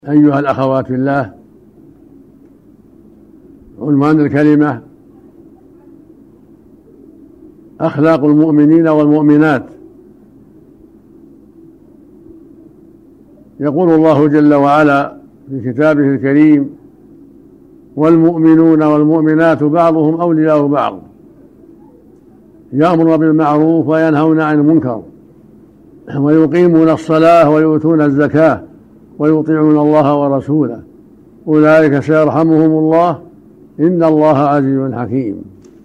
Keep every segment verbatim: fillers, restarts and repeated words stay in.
أيها الأخوات في الله، عنوان الكلمة: أخلاق المؤمنين والمؤمنات. يقول الله جل وعلا في كتابه الكريم: والمؤمنون والمؤمنات بعضهم أولياء بعض يأمرون بالمعروف وينهون عن المنكر ويقيمون الصلاة ويؤتون الزكاة ويطيعون الله ورسوله أولئك سيرحمهم الله إن الله عزيز حكيم.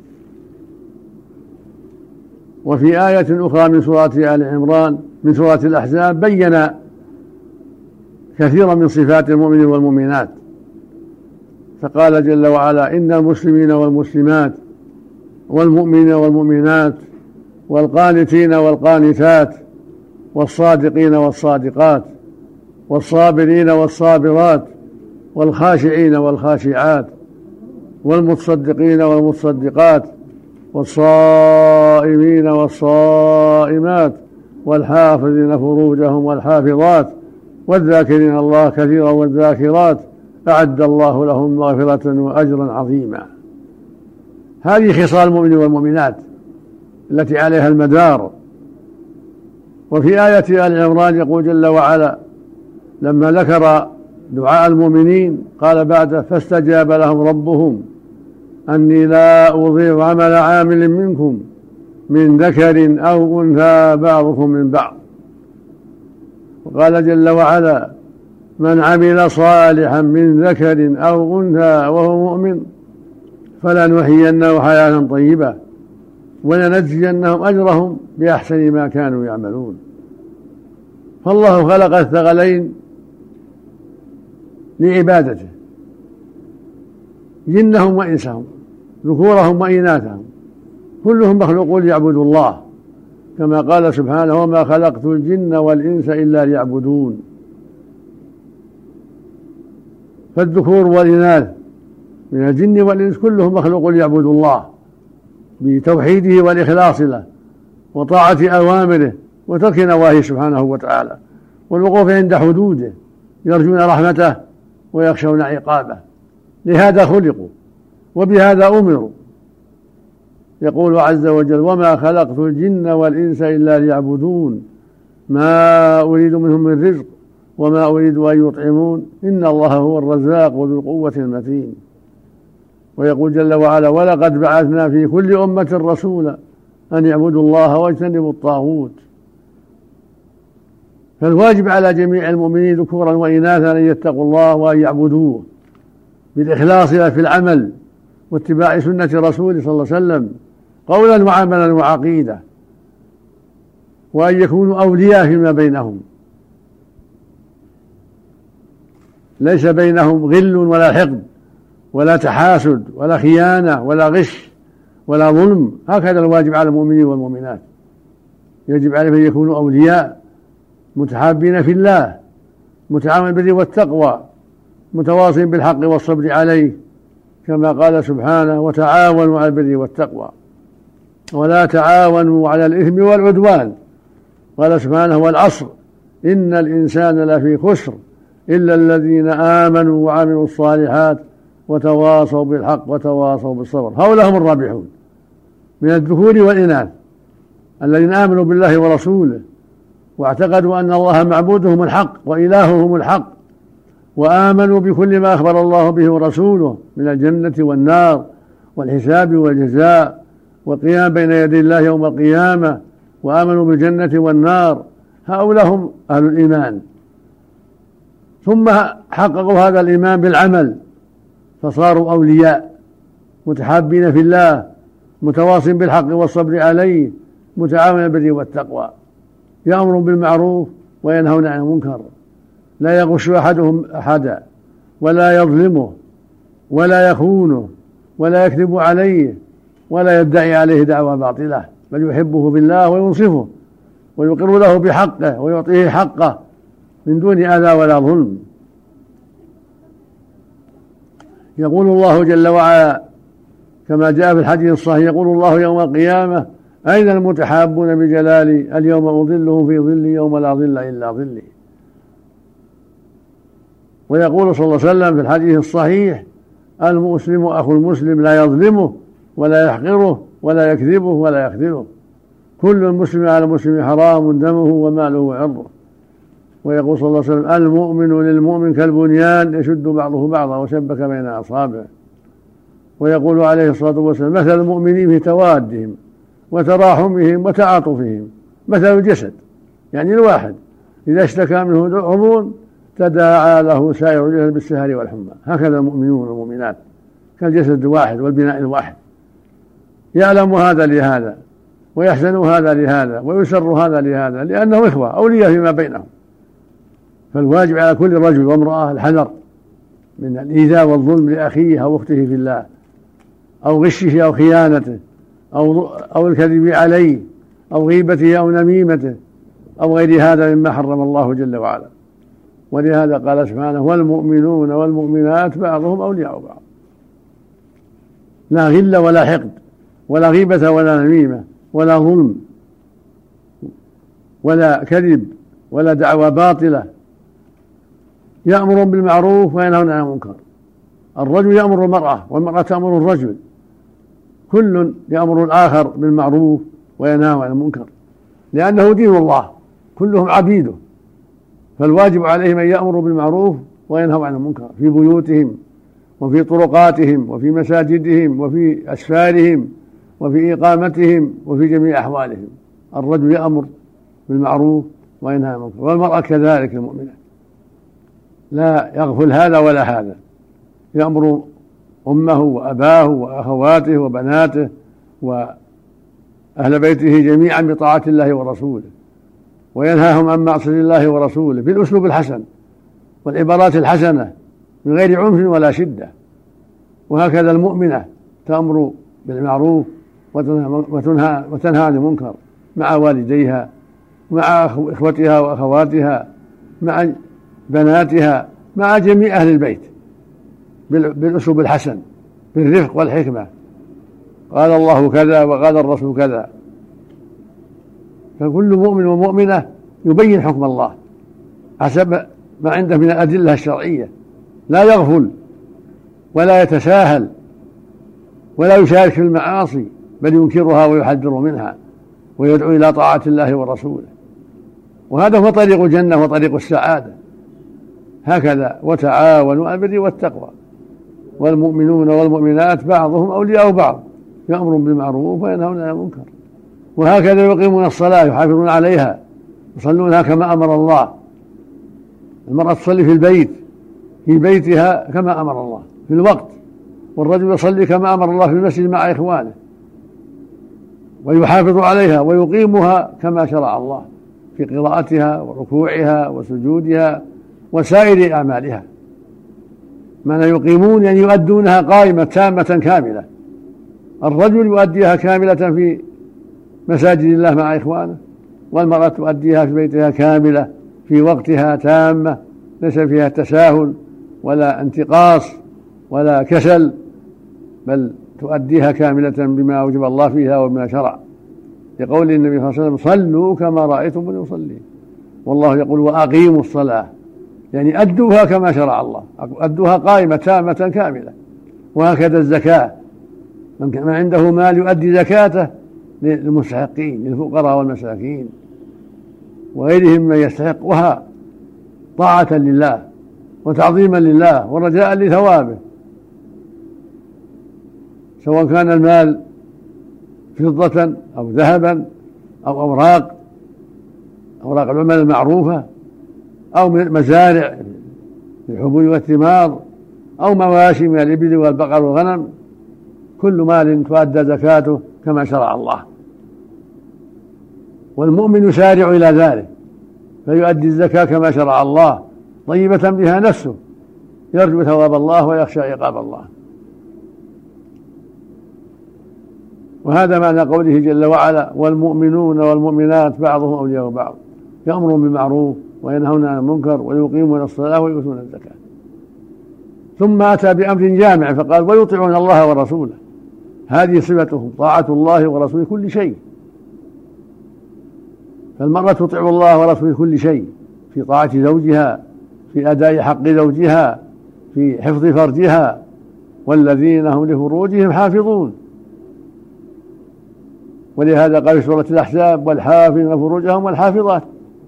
وفي آية أخرى من سورة آل عمران من سورة الأحزاب بين كثيرا من صفات المؤمنين والمؤمنات، فقال جل وعلا: إن المسلمين والمسلمات والمؤمنين والمؤمنات والقانتين والقانتات والصادقين والصادقات والصابرين والصابرات والخاشعين والخاشعات والمتصدقين والمتصدقات والصائمين والصائمات والحافظين فروجهم والحافظات والذاكرين الله كثيرا والذاكرات أعد الله لهم مغفرة وأجرا عظيما. هذه خصال المؤمنين والمؤمنات التي عليها المدار. وفي آية آل عمران يقول جل وعلا لما ذكر دعاء المؤمنين قال بعد: فاستجاب لهم ربهم أني لا أضيع عمل عامل منكم من ذكر أو أنثى بعضكم من بعض. وقال جل وعلا: من عمل صالحا من ذكر أو أنثى وهو مؤمن فلنحيينه حياة طيبة ولنجزينهم أجرهم بأحسن ما كانوا يعملون. فالله خلق الثقلين لعبادته، جنهم وإنسهم، ذكورهم وإناثهم، كلهم مخلوقون ليعبدوا الله، كما قال سبحانه: وما خلقت الجن والإنس إلا ليعبدون. فالذكور والإناث من الجن والإنس كلهم مخلوقون ليعبدوا الله بتوحيده والإخلاص له وطاعة أوامره وترك نواهيه سبحانه وتعالى والوقوف عند حدوده، يرجون رحمته ويخشون عقابه. لهذا خلقوا وبهذا أمروا. يقول عز وجل: وما خلقت الجن والإنس إلا ليعبدون ما أريد منهم من رزق وما أريد أن يطعمون إن الله هو الرزاق وذو القوة المتين. ويقول جل وعلا: ولقد بعثنا في كل أمة رسولا أن يعبدوا الله واجتنبوا الطاغوت. فالواجب على جميع المؤمنين ذكورا وإناثا أن يتقوا الله وأن يعبدوه بالإخلاص في العمل واتباع سنة رسوله صلى الله عليه وسلم قولا وعملا وعقيدة، وأن يكونوا أولياء فيما بينهم، ليس بينهم غل ولا حقد ولا تحاسد ولا خيانة ولا غش ولا ظلم. هكذا الواجب على المؤمنين والمؤمنات، يجب عليهم أن يكونوا أولياء متحابين في الله متعاونين بالبر والتقوى متواصين بالحق والصبر عليه، كما قال سبحانه: وتعاونوا على البر والتقوى ولا تعاونوا على الإثم والعدوان. قال سبحانه: والعصر إن الإنسان لفي خسر إلا الذين آمنوا وعملوا الصالحات وتواصوا بالحق وتواصوا بالصبر. هؤلاء هم الرابحون من الذكور والإناث الذين آمنوا بالله ورسوله واعتقدوا أن الله معبودهم الحق وإلههم الحق، وآمنوا بكل ما أخبر الله به ورسوله من الجنة والنار والحساب والجزاء والقيام بين يدي الله يوم القيامة، وآمنوا بالجنة والنار. هؤلاء هم أهل الإيمان. ثم حققوا هذا الإيمان بالعمل فصاروا أولياء متحابين في الله متواصين بالحق والصبر عليه متعاونين بالبر والتقوى، يأمرون بالمعروف وينهون عن المنكر، لا يغش أحدهم أحدا ولا يظلمه ولا يخونه ولا يكذب عليه ولا يدعي عليه دعوى باطلة، بل يحبه بالله وينصفه ويقر له بحقه ويعطيه حقه من دون أذى ولا ظلم. يقول الله جل وعلا كما جاء في الحديث الصحيح: يقول الله يوم القيامة: أين المتحابون بجلالي اليوم أظلهم في ظلي يوم لا ظل إلا ظلي. ويقول صلى الله عليه وسلم في الحديث الصحيح: المسلم أخو المسلم لا يظلمه ولا يحقره ولا يكذبه ولا يخذله، كل المسلم على المسلم حرام دمه وماله وعرضه. ويقول صلى الله عليه وسلم: المؤمن للمؤمن كالبنيان يشد بعضه بعضا وشبك بين أصابعه. ويقول عليه الصلاة والسلام: مثل المؤمنين في توادهم وتراحمهم وتعاطفهم مثل الجسد، يعني الواحد إذا اشتكى منه عضو تداعى له سائر الجسد بالسهر والحمى. هكذا المؤمنون والمؤمنات كالجسد الواحد والبناء الواحد، يعلم هذا لهذا ويحزن هذا لهذا ويسر هذا لهذا، لأنه إخوة أولياء فيما بينهم. فالواجب على كل رجل وامرأة الحذر من الإيذاء والظلم لأخيه أو أخته في الله، أو غشه أو خيانته، أو أو الكذب عليه، أو غيبته أو نميمته، أو غير هذا مما حرم الله جل وعلا. ولهذا قال سبحانه: والمؤمنون والمؤمنات بعضهم أولياء بعض. لا غل ولا حقد ولا غيبة ولا نميمة ولا ظلم ولا كذب ولا دعوى باطلة. يأمر بالمعروف وينهون عن المنكر. الرجل يأمر المرأة والمرأة تأمر الرجل، كل يأمر الآخر بالمعروف وينهى عن المنكر، لأنه دين الله، كلهم عبيده. فالواجب عليهم أن يأمروا بالمعروف وينهوا عن المنكر في بيوتهم وفي طرقاتهم وفي مساجدهم وفي أسفارهم وفي إقامتهم وفي جميع أحوالهم. الرجل يأمر بالمعروف وينهى عن المنكر، والمرأة كذلك المؤمنة لا يغفل هذا ولا هذا، يأمر أمه وأباه وأخواته وبناته وأهل بيته جميعا بطاعة الله ورسوله، وينهاهم عن معصية الله ورسوله بالأسلوب الحسن والعبارات الحسنة من غير عنف ولا شدة. وهكذا المؤمنة تأمر بالمعروف وتنهى وتنهى عن المنكر مع والديها، مع إخوتها وأخواتها، مع بناتها، مع جميع أهل البيت بالأسلوب الحسن بالرفق والحكمة. قال الله كذا وقال الرسول كذا. فكل مؤمن ومؤمنة يبين حكم الله حسب ما عنده من الأدلة الشرعية، لا يغفل ولا يتساهل ولا يشارك في المعاصي، بل ينكرها ويحذر منها ويدعو إلى طاعة الله ورسوله. وهذا هو طريق الجنة وطريق السعادة. هكذا: وتعاونوا على البر والتقوى، والمؤمنون والمؤمنات بعضهم أولياء بعض، يأمرون بالمعروف وينهون عن المنكر. وهكذا يقيمون الصلاة يحافظون عليها، يصلونها كما أمر الله. المرأة تصلي في البيت في بيتها كما أمر الله في الوقت، والرجل يصلي كما أمر الله في المسجد مع إخوانه، ويحافظ عليها ويقيمها كما شرع الله في قراءتها وركوعها وسجودها وسائر أعمالها. معنى يقيمون يعني يؤدونها قائمة تامة كاملة. الرجل يؤديها كاملة في مساجد الله مع إخوانه، والمرأة تؤديها في بيتها كاملة في وقتها تامة، ليس فيها تساهل ولا انتقاص ولا كسل، بل تؤديها كاملة بما أوجب الله فيها وبما شرع، لقول النبي صلى الله عليه وسلم: صلوا كما رأيتم يصلي. والله يقول: وأقيموا الصلاة، يعني أدوها كما شرع الله، أدوها قائمة تامة كاملة. وهكذا الزكاة، من عنده مال يؤدي زكاته للمستحقين للفقراء والمساكين وغيرهم من يستحقها طاعة لله وتعظيما لله ورجاء لثوابه، سواء كان المال فضة أو ذهبا أو أوراق أوراق العمل المعروفة، أو من مزارع الحبوب والثمار، أو مواشي من الإبل والبقر والغنم. كل مال تؤدى زكاته كما شرع الله. والمؤمن يسارع إلى ذلك فيؤدي الزكاة كما شرع الله، طيبة بها نفسه، يرجو ثواب الله ويخشى عقاب الله. وهذا معنى قوله جل وعلا: والمؤمنون والمؤمنات بعضهم أولياء بعض، يأمرون بالمعروف وينهون عن المنكر ويقيمون الصلاة ويؤتون الزكاة. ثم أتى بأمر جامع فقال: ويطيعون الله ورسوله. هذه صفتهم، طاعة الله ورسوله كل شيء. فالمرأة تطيع الله ورسوله كل شيء، في طاعة زوجها، في أداء حق زوجها، في حفظ فرجها، والذين هم لفروجهم حافظون. ولهذا قال في سورة الأحزاب: والحافظين فروجهم والحافظات.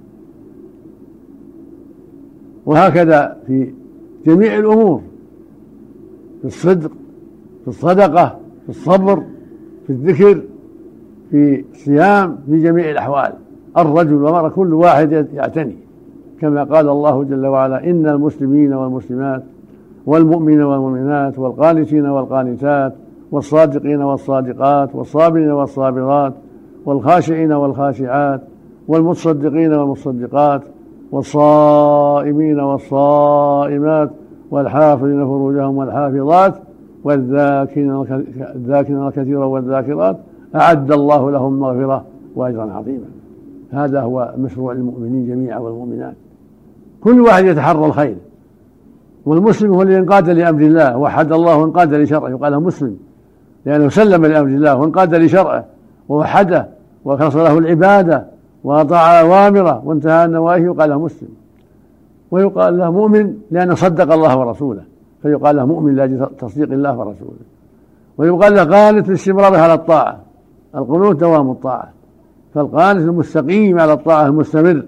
وهكذا في جميع الأمور، في الصدق، في الصدقة، في الصبر، في الذكر، في الصيام، في جميع الأحوال. الرجل والمرأة كل واحد يعتني، كما قال الله جل وعلا: إن المسلمين والمسلمات والمؤمنين والمؤمنات والقانتين والقانتات والصادقين والصادقات والصابرين والصابرات والخاشعين والخاشعات والمتصدقين والمتصدقات والصائمين والصائمات والحافظين فروجهم والحافظات والذاكرين كثيرا والذاكرات أعد الله لهم مغفرة وأجرا عظيما. هذا هو مشروع المؤمنين جميعا والمؤمنات، كل واحد يتحرى الخير. والمسلم هو الذي انقاد لأمر الله، وحد الله وانقاد لشرعه، يقال له مسلم لأنه سلم لأمر الله وانقاد لشرعه ووحده وخلص له العبادة وأطاع أوامره وانتهى عن نواهيه، يقال له مسلم. ويقال له مؤمن لأنه صدق الله ورسوله، فيقال له مؤمن لأجل تصديق الله ورسوله. ويقال له قانت لاستمراره على الطاعة، القنوت دوام الطاعة، فالقانت المستقيم على الطاعة المستمر.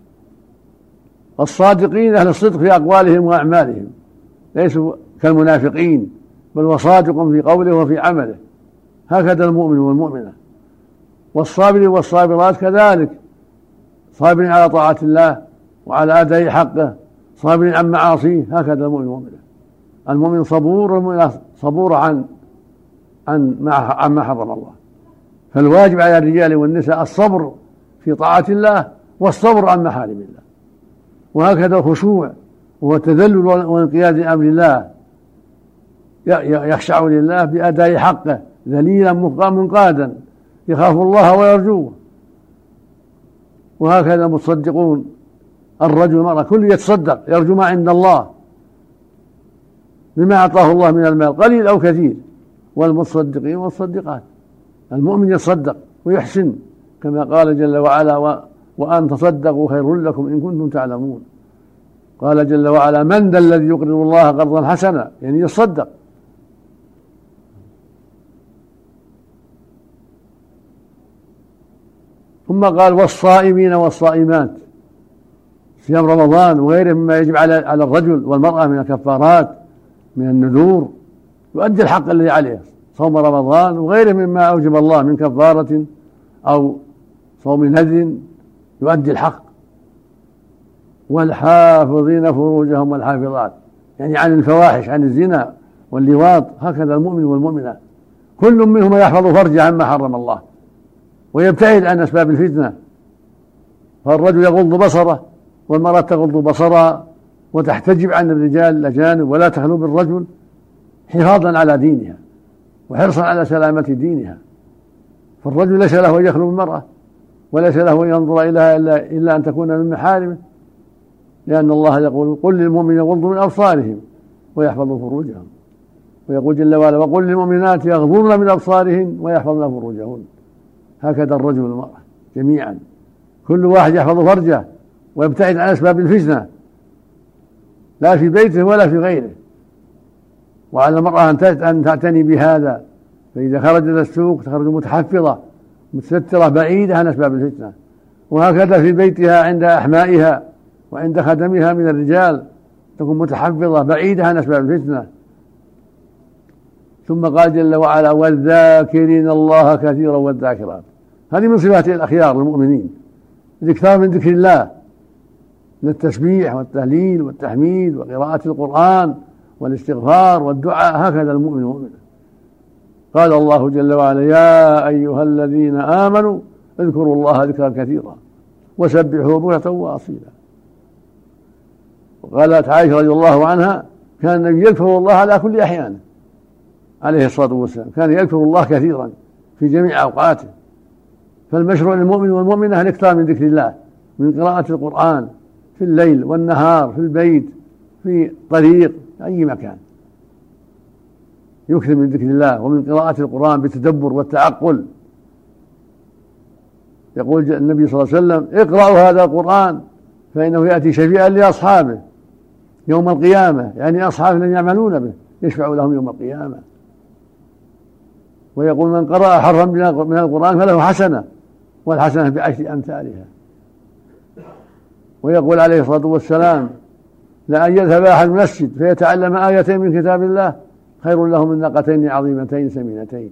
الصادقين أهل الصدق في أقوالهم وأعمالهم، ليسوا كالمنافقين، بل وصادق في قوله وفي عمله. هكذا المؤمن والمؤمنة. والصابر والصابرات كذلك، صابرين على طاعة الله وعلى أداء حقه، صابرين عن معاصيه. هكذا المؤمن والمؤمنة. المؤمن صبور والمؤمن صبور عن عن ما عما حرم الله. فالواجب على الرجال والنساء الصبر في طاعة الله والصبر عن محارم الله. وهكذا الخشوع وهو التذلل وانقياد لأمر الله، يخشع لله بأداء حقه ذليلا منقادا، يخاف الله ويرجوه. وهكذا المتصدقون، الرجل والمرأة كل يتصدق يرجو ما عند الله بما أعطاه الله من المال قليل أو كثير. والمتصدقين والصدقات، المؤمن يتصدق ويحسن كما قال جل وعلا: وأن تصدقوا خير لكم إن كنتم تعلمون. قال جل وعلا: من ذا الذي يقرض الله قرضا حسنا، يعني يتصدق. ثم قال: والصائمين والصائمات، صيام رمضان وغيره مما يجب على على الرجل والمرأة من الكفارات من النذور، يؤدي الحق الذي عليه، صوم رمضان وغيره مما أوجب الله من كفارة أو صوم نذر، يؤدي الحق. والحافظين فروجهم والحافظات، يعني عن الفواحش، عن الزنا واللواط. هكذا المؤمن والمؤمنة كل منهم يحفظ فرجه عما حرم الله ويبتعد عن أسباب الفتنة. فالرجل يغض بصره والمرأة تغض بصرها وتحتجب عن الرجال الأجانب ولا تخلو بالرجل، حفاظا على دينها وحرصا على سلامة دينها. فالرجل ليس له أن يخلو بالمرأة وليس له أن ينظر إليها إلا, إلا أن تكون من محارمه، لأن الله يقول: قل للمؤمنين يغضوا من أبصارهم ويحفظوا فروجهم. ويقول جل وعلا: وقل للمؤمنات يغضضن من أبصارهن ويحفظن فروجهن. هكذا الرجل والمرأة جميعا، كل واحد يحفظ فرجه ويبتعد عن أسباب الفتنة، لا في بيته ولا في غيره. وعلى المرأة أن تعتني بهذا، فإذا خرجت السوق تخرج متحفظة متسترة بعيدة عن أسباب الفتنة. وهكذا في بيتها عند أحمائها وعند خدمها من الرجال تكون متحفظة بعيدة عن أسباب الفتنة. ثم قال جل وعلا: والذاكرين الله كثيرا والذاكرات. هذه من صفات الأخيار المؤمنين، الإكثار من ذكر الله، من التسبيح والتهليل والتحميد وقراءة القرآن والاستغفار والدعاء. هكذا المؤمن المؤمن. قال الله جل وعلا: يا أيها الذين آمنوا اذكروا الله ذكرا كثيرا وسبحوه بكرة وأصيلا. وقالت عائشة رضي الله عنها: كان النبي يذكر الله على كل أحيانه عليه الصلاة والسلام، كان يذكر الله كثيرا في جميع أوقاته. فالمشروع للمؤمن والمؤمنة الإكثار من ذكر الله، من قراءة القرآن في الليل والنهار، في البيت، في طريق، أي مكان يكثر من ذكر الله ومن قراءة القرآن بالتدبر والتعقل. يقول النبي صلى الله عليه وسلم: اقرأوا هذا القرآن فإنه يأتي شفيعا لأصحابه يوم القيامة، يعني أصحاب الذين يعملون به يشفع لهم يوم القيامة. ويقول من قرأ حرفا من القرآن فله حسنة والحسنة بعشر أمثالها. ويقول عليه الصلاة والسلام لأن يذهب أحد المسجد فيتعلم آيتين من كتاب الله خير له من ناقتين عظيمتين سمينتين،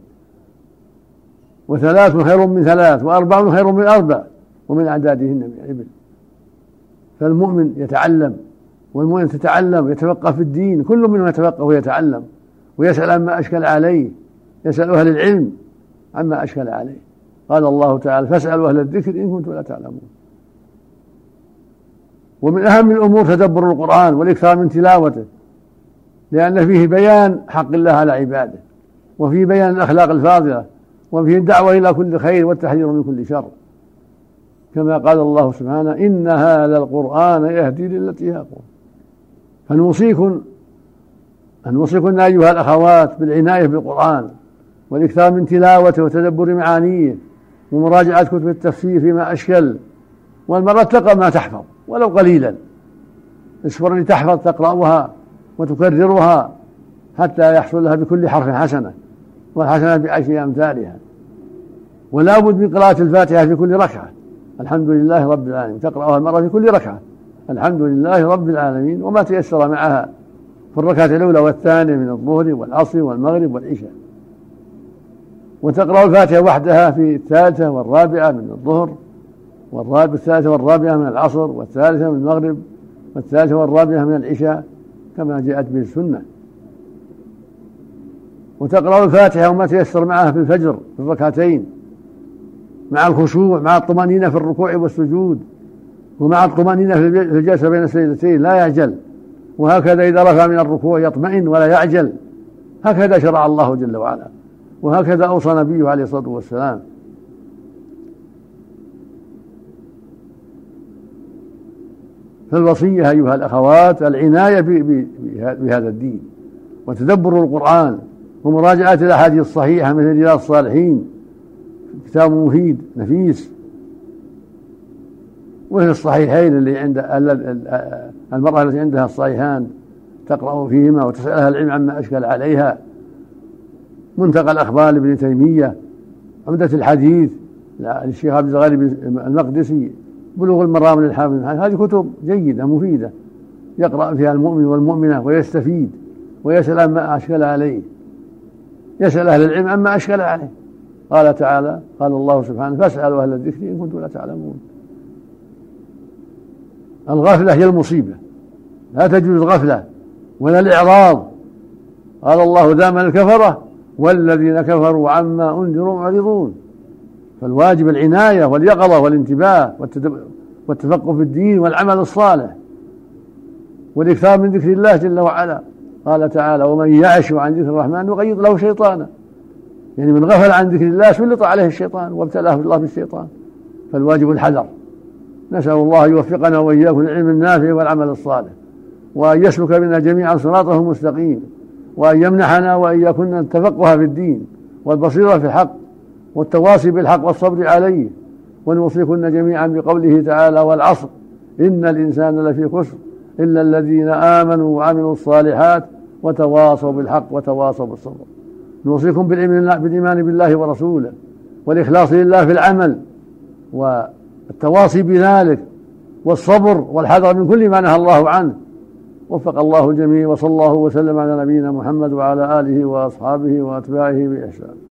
وثلاث خير من ثلاث، وأربع خير من أربع، ومن أعدادهن من الإبل. فالمؤمن يتعلم، والمؤمن تتعلم ويتفقه في الدين، كل منهم يتفقه ويتعلم ويسأل عما أشكل عليه، يسأل أهل العلم عما أشكل عليه. قال الله تعالى فاسألوا أهل الذكر إن كنتم لا تعلمون. ومن أهم الأمور تدبر القرآن والإكثار من تلاوته، لأن فيه بيان حق الله على عباده، وفيه بيان الأخلاق الفاضلة، وفيه الدعوة إلى كل خير والتحذير من كل شر، كما قال الله سبحانه إن هذا القرآن يهدي للتي هي أقوم. فنوصيكم أن نوصيكن أيها الأخوات بالعناية بالقرآن والإكثار من تلاوته وتدبر معانيه ومراجعة كتب التفسير فيما أشكل. والمرأة تقرأ ما تحفظ ولو قليلا، اصبر لتحفظ تقرأها وتكررها حتى يحصل لها بكل حرف حسنة، والحسنة بعشر أمثالها. ولا بد من قراءة الفاتحة في كل ركعة، الحمد لله رب العالمين، تقرأها المرأة في كل ركعة الحمد لله رب العالمين وما تيسر معها في الركعة الأولى والثانية من الظهر والعصر والمغرب والعشاء. وتقرأ الفاتحة وحدها في الثالثة والرابعة من الظهر، والرابعة الثالثة والرابعة من العصر، والثالثة من المغرب، والثالثة والرابعة من العشاء كما جاءت به السنة. وتقرأ الفاتحة وما تيسر معها في الفجر في الركعتين مع الخشوع مع الطمأنينة في الركوع والسجود، ومع الطمأنينة في الجلسة بين السجدتين لا يعجل، وهكذا إذا رفع من الركوع يطمئن ولا يعجل. هكذا شرع الله جل وعلا، وهكذا أوصى نبيه عليه الصلاة والسلام. فالوصية أيها الأخوات العناية بهذا الدين وتدبر القرآن ومراجعة الأحاديث الصحيحة مثل رياض الصالحين، كتاب مفيد نفيس، وفي الصحيحين اللي عند المرأة التي عندها الصحيحان تقرأ فيهما وتسألها العلم عما أشكل عليها، منتقى الأخبار لابن تيمية، عمدة الحديث للشيخ عبد الغني المقدسي، بلوغ المرام للحافظ. هذه كتب جيدة مفيدة يقرأ فيها المؤمن والمؤمنة ويستفيد ويسأل عما أشكل عليه، يسأل أهل العلم عما أشكل عليه. قال تعالى قال الله سبحانه فاسألوا أهل الذكر إن كنتم لا تعلمون. الغفلة هي المصيبة، لا تجوز الغفلة ولا الإعراض. قال الله ذا من الكفرة والذين كفروا عما أنذروا معرضون. فالواجب العناية واليقظة والانتباه والتفقه في الدين والعمل الصالح والإكثار من ذكر الله جل وعلا. قال تعالى ومن يعش عن ذكر الرحمن نقيض له شيطانا، يعني من غفل عن ذكر الله سلط عليه الشيطان وابتلاه الله بالشيطان. فالواجب الحذر. نسأل الله يوفقنا وإياكم للعلم النافع والعمل الصالح، وأن يسلك بنا جميعا صراطه المستقيم، وأن يمنحنا وإياكن التفقه في الدين والبصيرة في الحق والتواصي بالحق والصبر عليه. ونوصيكن جميعا بقوله تعالى والعصر إن الإنسان لفي خسر إلا الذين آمنوا وعملوا الصالحات وتواصوا بالحق وتواصوا بالصبر. نوصيكم بالإيمان بالله ورسوله والإخلاص لله في العمل والتواصي بذلك والصبر والحذر من كل ما نهى الله عنه. وفق الله الجميع، وصلى الله وسلم على نبينا محمد وعلى آله وأصحابه وأتباعه بإحسان.